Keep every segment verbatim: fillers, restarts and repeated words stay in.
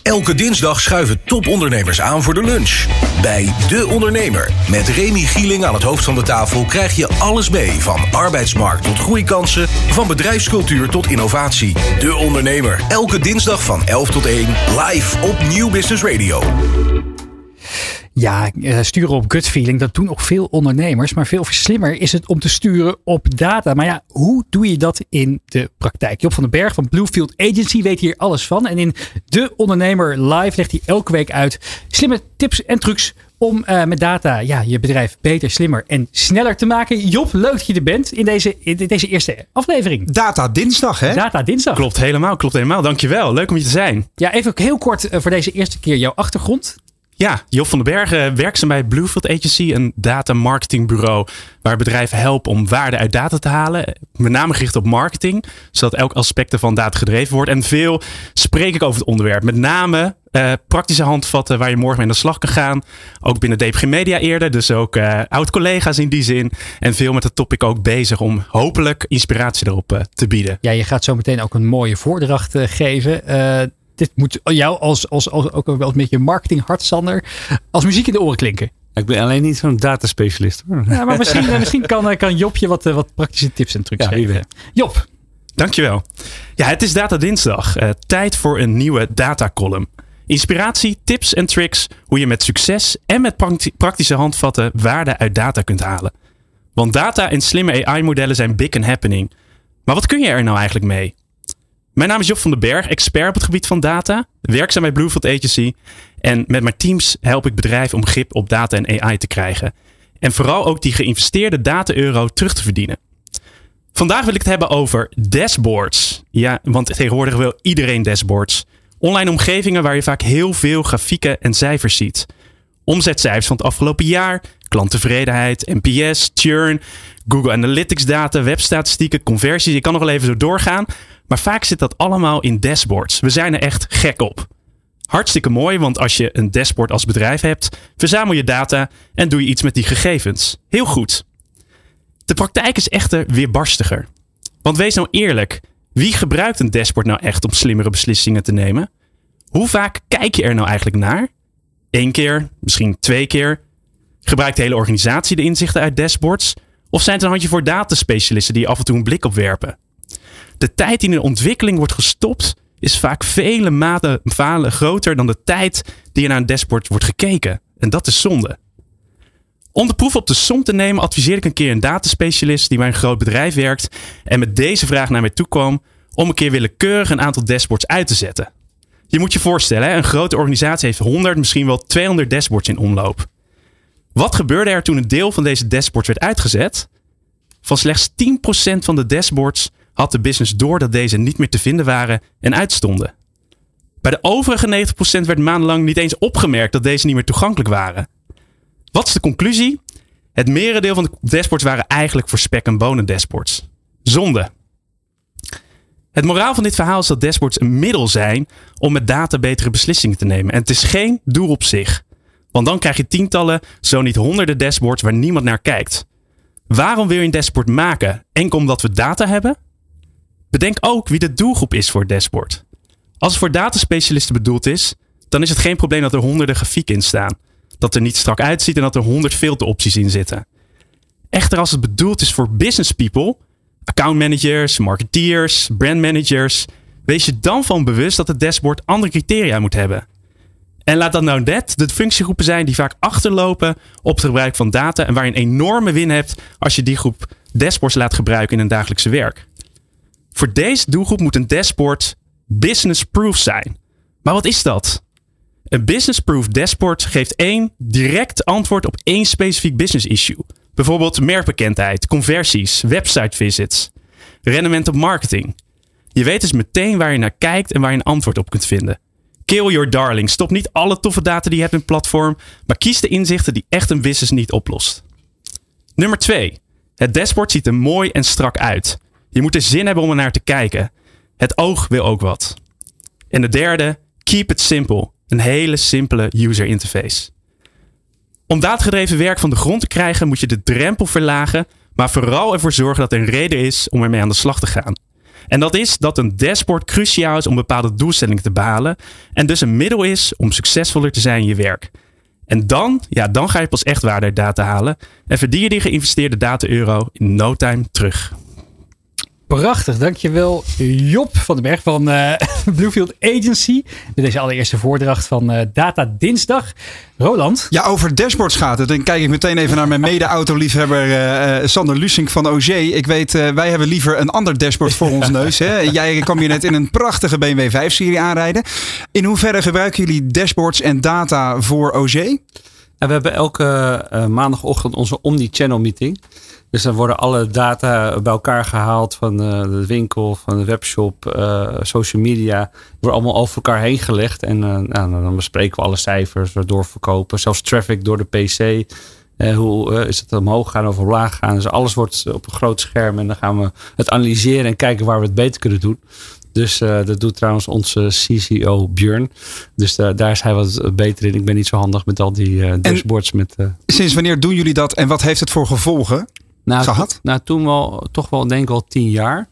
Elke dinsdag schuiven topondernemers aan voor de lunch. Bij De Ondernemer, met Remy Gieling aan het hoofd van de tafel, krijg je alles mee. Van arbeidsmarkt tot groeikansen, van bedrijfscultuur tot innovatie. De Ondernemer, elke dinsdag van elf tot één, live op Nieuw Business Radio. Ja, sturen op gut feeling, dat doen ook veel ondernemers. Maar veel slimmer is het om te sturen op data. Maar ja, hoe doe je dat in de praktijk? Job van den Berg van Bluefield Agency weet hier alles van. En in De Ondernemer Live legt hij elke week uit slimme tips en trucs om uh, met data ja, je bedrijf beter, slimmer en sneller te maken. Job, leuk dat je er bent in deze, in deze eerste aflevering. Data dinsdag, hè? Data dinsdag. Klopt helemaal, klopt helemaal. Dankjewel. Leuk om je te zijn. Ja, even heel kort uh, voor deze eerste keer jouw achtergrond. Ja, Job van den Berg, werkzaam bij Bluefield Agency, een data marketingbureau waar bedrijven helpen om waarde uit data te halen. Met name gericht op marketing, zodat elk aspect ervan data gedreven wordt. En veel spreek ik over het onderwerp. Met name uh, praktische handvatten waar je morgen mee aan de slag kan gaan. Ook binnen D P G Media eerder, dus ook uh, oud-collega's in die zin. En veel met het topic ook bezig om hopelijk inspiratie erop uh, te bieden. Ja, je gaat zo meteen ook een mooie voordracht uh, geven. Uh, Dit moet jou als, als, als ook wel een beetje marketing hart, Sander, als muziek in de oren klinken. Ik ben alleen niet zo'n dataspecialist. Hoor. Ja, maar misschien, misschien kan, kan Job je wat, wat praktische tips en trucs ja, geven. Job. Dankjewel. Ja, het is Data Dinsdag. Uh, tijd voor een nieuwe datacolumn. Inspiratie, tips en tricks hoe je met succes en met praktische handvatten waarde uit data kunt halen. Want data en slimme A I-modellen zijn big and happening. Maar wat kun je er nou eigenlijk mee? Mijn naam is Job van den Berg, expert op het gebied van data, werkzaam bij Bluefield Agency. En met mijn teams help ik bedrijven om grip op data en A I te krijgen. En vooral ook die geïnvesteerde data-euro terug te verdienen. Vandaag wil ik het hebben over dashboards. Ja, want tegenwoordig wil iedereen dashboards. Online omgevingen waar je vaak heel veel grafieken en cijfers ziet. Omzetcijfers van het afgelopen jaar, klanttevredenheid, N P S, churn, Google Analytics data, webstatistieken, conversies. Je kan nog wel even zo doorgaan. Maar vaak zit dat allemaal in dashboards. We zijn er echt gek op. Hartstikke mooi, want als je een dashboard als bedrijf hebt, verzamel je data en doe je iets met die gegevens. Heel goed. De praktijk is echter weerbarstiger. Want wees nou eerlijk, wie gebruikt een dashboard nou echt om slimmere beslissingen te nemen? Hoe vaak kijk je er nou eigenlijk naar? Eén keer, misschien twee keer. Gebruikt de hele organisatie de inzichten uit dashboards? Of zijn het een handje voor dataspecialisten die af en toe een blik op werpen? De tijd die in de ontwikkeling wordt gestopt is vaak vele malen malen groter dan de tijd die er naar een dashboard wordt gekeken. En dat is zonde. Om de proef op de som te nemen adviseer ik een keer een dataspecialist die bij een groot bedrijf werkt en met deze vraag naar mij toe kwam om een keer willekeurig een aantal dashboards uit te zetten. Je moet je voorstellen, een grote organisatie heeft honderd, misschien wel tweehonderd dashboards in omloop. Wat gebeurde er toen een deel van deze dashboards werd uitgezet? Van slechts tien procent van de dashboards had de business door dat deze niet meer te vinden waren en uitstonden. Bij de overige negentig procent werd maandenlang niet eens opgemerkt dat deze niet meer toegankelijk waren. Wat is de conclusie? Het merendeel van de dashboards waren eigenlijk voor spek en bonen dashboards. Zonde. Het moraal van dit verhaal is dat dashboards een middel zijn om met data betere beslissingen te nemen. En het is geen doel op zich. Want dan krijg je tientallen, zo niet honderden dashboards waar niemand naar kijkt. Waarom wil je een dashboard maken? Enkel omdat we data hebben? Bedenk ook wie de doelgroep is voor het dashboard. Als het voor dataspecialisten bedoeld is, dan is het geen probleem dat er honderden grafieken in staan. Dat er niet strak uitziet en dat er honderd filteropties in zitten. Echter, als het bedoeld is voor business people, accountmanagers, marketeers, brandmanagers, wees je dan van bewust dat het dashboard andere criteria moet hebben. En laat dat nou net de functiegroepen zijn die vaak achterlopen op het gebruik van data en waar je een enorme win hebt als je die groep dashboards laat gebruiken in een dagelijkse werk. Voor deze doelgroep moet een dashboard business-proof zijn. Maar wat is dat? Een business-proof dashboard geeft één direct antwoord op één specifiek business issue. Bijvoorbeeld merkbekendheid, conversies, website visits, rendement op marketing. Je weet dus meteen waar je naar kijkt en waar je een antwoord op kunt vinden. Kill your darling. Stop niet alle toffe data die je hebt in het platform, maar kies de inzichten die echt een business niet oplost. Nummer twee. Het dashboard ziet er mooi en strak uit. Je moet er zin hebben om er naar te kijken. Het oog wil ook wat. En de derde. Keep it simple. Een hele simpele user interface. Om datagedreven werk van de grond te krijgen moet je de drempel verlagen, maar vooral ervoor zorgen dat er een reden is om ermee aan de slag te gaan. En dat is dat een dashboard cruciaal is om bepaalde doelstellingen te behalen. En dus een middel is om succesvoller te zijn in je werk. En dan, ja, dan ga je pas echt waarde uit data halen. En verdien je die geïnvesteerde data-euro in no time terug. Prachtig, dankjewel Job van den Berg van uh, Bluefield Agency. Met deze allereerste voordracht van uh, Data Dinsdag. Roland? Ja, over dashboards gaat het. Dan kijk ik meteen even naar mijn mede-autoliefhebber uh, Sander Lusink van O G. Ik weet, uh, wij hebben liever een ander dashboard voor ons neus. Hè? Jij kwam hier net in een prachtige B M W vijf serie aanrijden. In hoeverre gebruiken jullie dashboards en data voor O G? En we hebben elke uh, maandagochtend onze omni-channel meeting. Dus dan worden alle data bij elkaar gehaald van uh, de winkel, van de webshop, uh, social media. Die worden allemaal over elkaar heen gelegd. En uh, nou, dan bespreken we alle cijfers, doorverkopen, zelfs traffic door de P C. Uh, hoe uh, is het omhoog gaan of omlaag gaan? Dus alles wordt op een groot scherm en dan gaan we het analyseren en kijken waar we het beter kunnen doen. Dus uh, dat doet trouwens onze C C O Björn. Dus uh, daar is hij wat beter in. Ik ben niet zo handig met al die uh, dashboards. Met, uh... Sinds wanneer doen jullie dat en wat heeft het voor gevolgen nou, gehad? Nou, toen wel, toch wel denk ik wel tien jaar.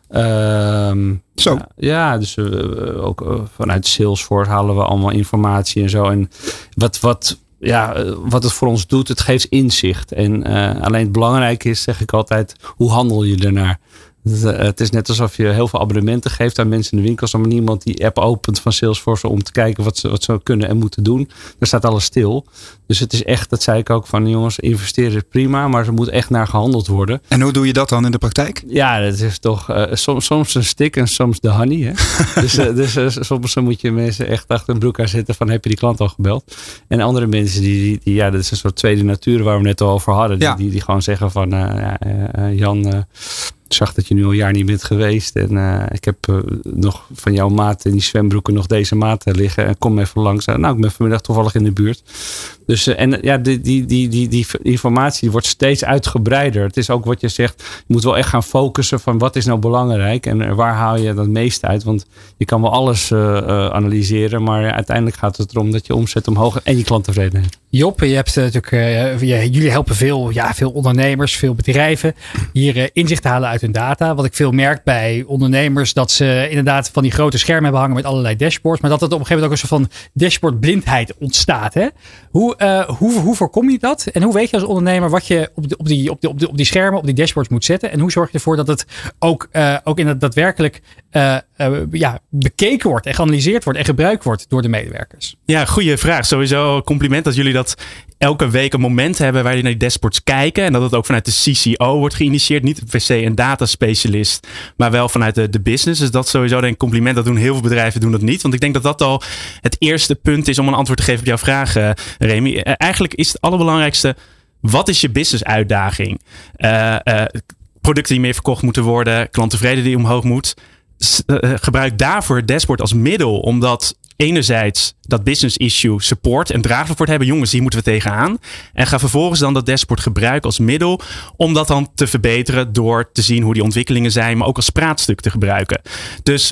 Um, zo? Ja, ja dus uh, ook uh, vanuit Salesforce halen we allemaal informatie en zo. En wat... wat Ja, wat het voor ons doet, het geeft inzicht. En uh, alleen het belangrijke is, zeg ik altijd, hoe handel je ernaar? Het, uh, het is net alsof je heel veel abonnementen geeft aan mensen in de winkels. Maar niemand die app opent van Salesforce om te kijken wat ze, wat ze kunnen en moeten doen. Daar staat alles stil. Dus het is echt, dat zei ik ook van jongens, investeren is prima. Maar er moet echt naar gehandeld worden. En hoe doe je dat dan in de praktijk? Ja, dat is toch uh, soms, soms een stick en soms de honey. Hè? dus uh, dus uh, soms moet je mensen echt achter een broek aan zitten van heb je die klant al gebeld? En andere mensen die, die, die ja, dat is een soort tweede natuur waar we net al over hadden. Die, ja. die, die gewoon zeggen van uh, uh, Jan... Uh, Ik zag dat je nu al een jaar niet bent geweest. En uh, ik heb uh, nog van jouw maat in die zwembroeken nog deze maten liggen. En kom even langs. Nou, ik ben vanmiddag toevallig in de buurt. Dus uh, en ja, die, die, die, die, die informatie die wordt steeds uitgebreider. Het is ook wat je zegt. Je moet wel echt gaan focussen van wat is nou belangrijk. En waar haal je dat meest uit. Want je kan wel alles uh, uh, analyseren. Maar ja, uiteindelijk gaat het erom dat je omzet omhoog en je klanttevredenheid. Job, je hebt uh, natuurlijk, uh, jullie helpen veel, ja, veel ondernemers, veel bedrijven hier uh, inzicht te halen uit hun data. Wat ik veel merk bij ondernemers, dat ze inderdaad van die grote schermen hebben hangen met allerlei dashboards. Maar dat het op een gegeven moment ook een soort van dashboardblindheid ontstaat. Hè? Hoe, uh, hoe, hoe voorkom je dat? En hoe weet je als ondernemer wat je op, de, op, die, op, de, op, de, op die schermen, op die dashboards moet zetten? En hoe zorg je ervoor dat het ook, uh, ook in het daadwerkelijk uh, uh, ja, bekeken wordt en geanalyseerd wordt en gebruikt wordt door de medewerkers? Ja, goede vraag. Sowieso compliment dat jullie dat elke week een moment hebben waar je naar die dashboards kijken. En dat het ook vanuit de C C O wordt geïnitieerd. Niet per se een data specialist, maar wel vanuit de, de business. Dus dat sowieso denk ik compliment. Dat doen heel veel bedrijven doen dat niet. Want ik denk dat dat al het eerste punt is om een antwoord te geven op jouw vraag, uh, Remy. Uh, eigenlijk is het allerbelangrijkste, wat is je business uitdaging? Uh, uh, producten die meer verkocht moeten worden, klanttevredenheid die omhoog moet. S- uh, gebruik daarvoor het dashboard als middel, omdat enerzijds dat business issue support en draaglijk wordt hebben. Jongens, hier moeten we tegenaan. En ga vervolgens dan dat dashboard gebruiken als middel om dat dan te verbeteren door te zien hoe die ontwikkelingen zijn, maar ook als praatstuk te gebruiken. Dus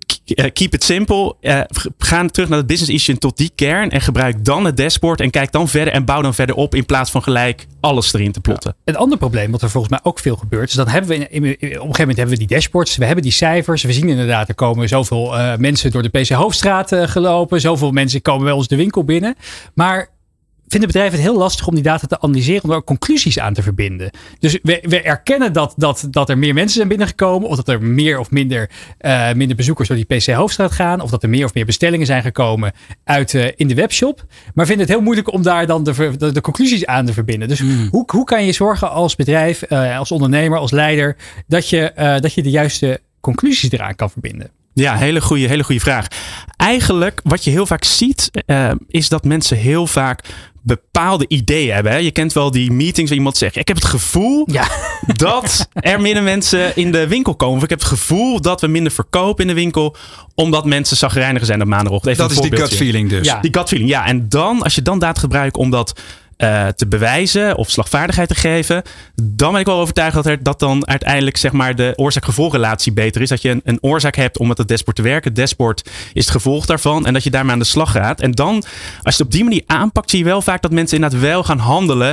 keep it simple. Uh, ga terug naar het business issue tot die kern en gebruik dan het dashboard en kijk dan verder en bouw dan verder op in plaats van gelijk alles erin te plotten. Ja. Een ander probleem wat er volgens mij ook veel gebeurt is dat hebben we in, in, in, op een gegeven moment hebben we die dashboards, we hebben die cijfers, we zien inderdaad er komen zoveel uh, mensen door de P C Hoofdstraat uh, gelopen, zoveel mensen komen bij ons de winkel binnen, maar vinden bedrijven het heel lastig om die data te analyseren, om er ook conclusies aan te verbinden. Dus we, we erkennen dat, dat, dat er meer mensen zijn binnengekomen, of dat er meer of minder, uh, minder bezoekers door die P C Hoofdstraat gaan, of dat er meer of meer bestellingen zijn gekomen uit uh, in de webshop. Maar vinden het heel moeilijk om daar dan de, de, de conclusies aan te verbinden. Dus mm. hoe, hoe kan je zorgen als bedrijf, uh, als ondernemer, als leider, dat je, uh, dat je de juiste conclusies eraan kan verbinden? Ja, hele goede, hele goede vraag. Eigenlijk, wat je heel vaak ziet, uh, is dat mensen heel vaak bepaalde ideeën hebben. Hè? Je kent wel die meetings waar iemand zegt, ik heb het gevoel ja. dat er minder mensen in de winkel komen. Of ik heb het gevoel dat we minder verkopen in de winkel, omdat mensen chagrijniger zijn op maandagochtend. Even dat is die gut feeling dus. Ja. Die gut feeling, ja. En dan, als je dan data gebruikt om dat Uh, te bewijzen of slagvaardigheid te geven, dan ben ik wel overtuigd dat er dat dan uiteindelijk zeg maar de oorzaak-gevolgrelatie beter is. Dat je een, een oorzaak hebt om met het dashboard te werken. Het dashboard is het gevolg daarvan en dat je daarmee aan de slag gaat. En dan, als je het op die manier aanpakt, zie je wel vaak dat mensen inderdaad wel gaan handelen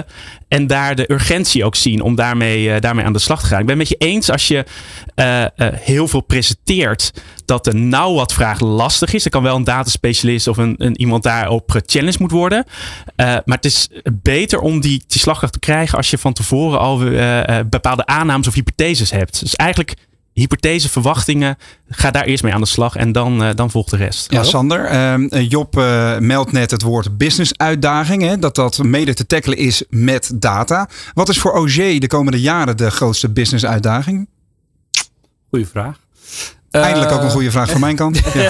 En daar de urgentie ook zien om daarmee, uh, daarmee aan de slag te gaan. Ik ben het met je eens als je uh, uh, heel veel presenteert dat de nou wat vraag lastig is. Er kan wel een dataspecialist of een, een iemand daarop gechallenged moet worden. Uh, maar het is beter om die, die slagkracht te krijgen als je van tevoren al uh, uh, bepaalde aannames of hypotheses hebt. Dus eigenlijk hypothese, verwachtingen, ga daar eerst mee aan de slag en dan, uh, dan volgt de rest. Ja, Sander, uh, Job uh, meldt net het woord business uitdaging. Hè, dat dat mede te tackelen is met data. Wat is voor O G de komende jaren de grootste business uitdaging? Goeie vraag. Eindelijk ook een goede vraag van mijn kant. Ja.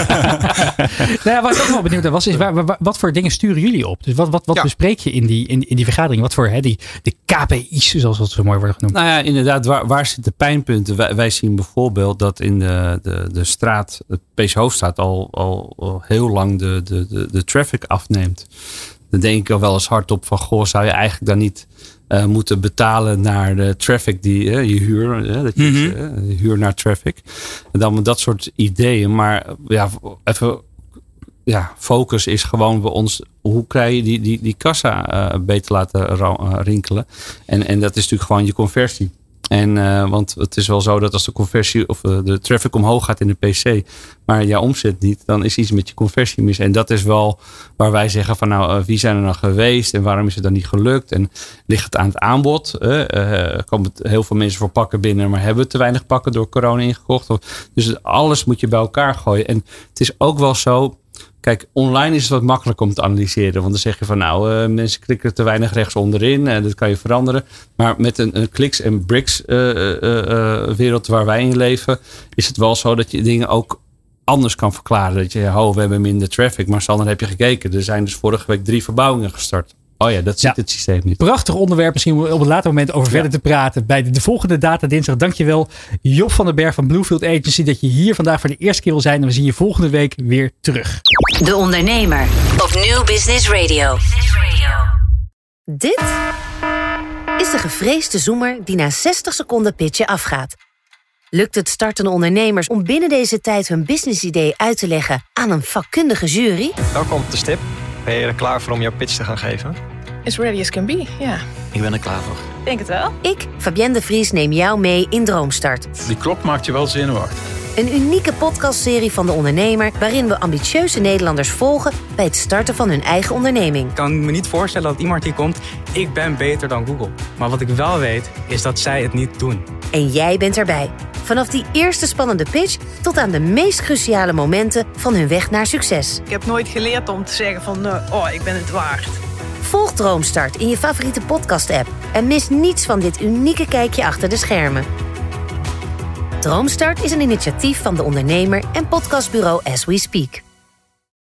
Nou ja, wat ik ook wel benieuwd naar was, is waar, waar, wat voor dingen sturen jullie op? Dus wat, wat, wat ja. bespreek je in die, in, in die vergadering? Wat voor hè, die, de K P I's, zoals het zo mooi worden genoemd? Nou ja, inderdaad, waar, waar zitten pijnpunten? Wij, wij zien bijvoorbeeld dat in de, de, de straat, de P C Hoofdstraat, al, al, al heel lang de, de, de, de traffic afneemt. Dan denk ik al wel eens hardop van, goh, zou je eigenlijk dan niet uh, moeten betalen naar de traffic die uh, je huur, uh, dat je mm-hmm. uh, huur naar traffic. En dan met dat soort ideeën. Maar ja, even, ja, focus is gewoon bij ons, hoe krijg je die, die, die kassa uh, beter laten uh, rinkelen. En, en dat is natuurlijk gewoon je conversie. En, uh, want het is wel zo dat als de conversie of uh, de traffic omhoog gaat in de P C, maar jouw omzet niet, dan is iets met je conversie mis. En dat is wel waar wij zeggen van nou, uh, wie zijn er nou geweest en waarom is het dan niet gelukt? En ligt het aan het aanbod? Uh, uh, er komen heel veel mensen voor pakken binnen, maar hebben te weinig pakken door corona ingekocht? Dus alles moet je bij elkaar gooien. En het is ook wel zo. Kijk, online is het wat makkelijker om te analyseren. Want dan zeg je van nou, uh, mensen klikken te weinig rechts onderin. En uh, dat kan je veranderen. Maar met een, een kliks- en bricks uh, uh, uh, wereld waar wij in leven, is het wel zo dat je dingen ook anders kan verklaren. Dat je, oh, we hebben minder traffic. Maar Sander, heb je gekeken? Er zijn dus vorige week drie verbouwingen gestart. Oh ja, dat ziet ja, het systeem niet. Prachtig onderwerp. Misschien op een later moment over ja. verder te praten. Bij de, de volgende Data Dinsdag. Dankjewel Job van den Berg van Bluefield Agency. Dat je hier vandaag voor de eerste keer wil zijn. En we zien je volgende week weer terug. De Ondernemer op Nieuw Business Radio. Dit is de gevreesde zoemer die na zestig seconden pitchen afgaat. Lukt het startende ondernemers om binnen deze tijd hun businessidee uit te leggen aan een vakkundige jury? Welkom op de stip. Ben je er klaar voor om jouw pitch te gaan geven? As ready as can be, ja. Yeah. Ik ben er klaar voor. Denk het wel. Ik, Fabienne de Vries, neem jou mee in Droomstart. Die klok maakt je wel zenuwachtig. Een unieke podcastserie van De Ondernemer, waarin we ambitieuze Nederlanders volgen bij het starten van hun eigen onderneming. Ik kan me niet voorstellen dat iemand hier komt, ik ben beter dan Google. Maar wat ik wel weet, is dat zij het niet doen. En jij bent erbij. Vanaf die eerste spannende pitch tot aan de meest cruciale momenten van hun weg naar succes. Ik heb nooit geleerd om te zeggen van, uh, oh, ik ben het waard. Volg Droomstart in je favoriete podcast-app en mis niets van dit unieke kijkje achter de schermen. Droomstart is een initiatief van De Ondernemer en podcastbureau As We Speak.